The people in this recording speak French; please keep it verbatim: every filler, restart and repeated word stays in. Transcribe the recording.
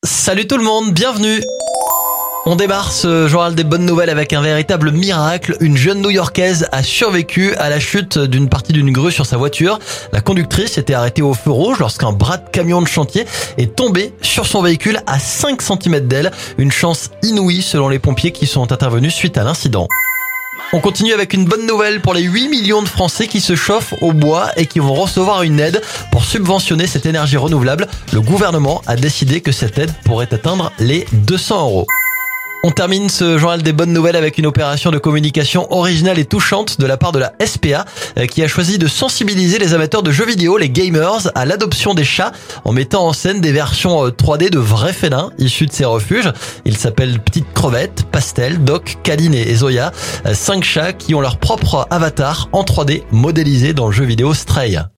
Salut tout le monde, bienvenue. On démarre ce journal des bonnes nouvelles avec un véritable miracle. Une jeune New-Yorkaise a survécu à la chute d'une partie d'une grue sur sa voiture. La conductrice était arrêtée au feu rouge lorsqu'un bras de camion de chantier est tombé sur son véhicule à cinq centimètres d'elle. Une chance inouïe selon les pompiers qui sont intervenus suite à l'incident. On continue avec une bonne nouvelle pour les huit millions de Français qui se chauffent au bois et qui vont recevoir une aide pour subventionner cette énergie renouvelable. Le gouvernement a décidé que cette aide pourrait atteindre les deux cents euros. On termine ce journal des bonnes nouvelles avec une opération de communication originale et touchante de la part de la S P A qui a choisi de sensibiliser les amateurs de jeux vidéo, les gamers, à l'adoption des chats en mettant en scène des versions trois D de vrais félins issus de ces refuges. Ils s'appellent Petite Crevette, Pastel, Doc, Caline et Zoya. Cinq chats qui ont leur propre avatar en trois D modélisé dans le jeu vidéo Stray.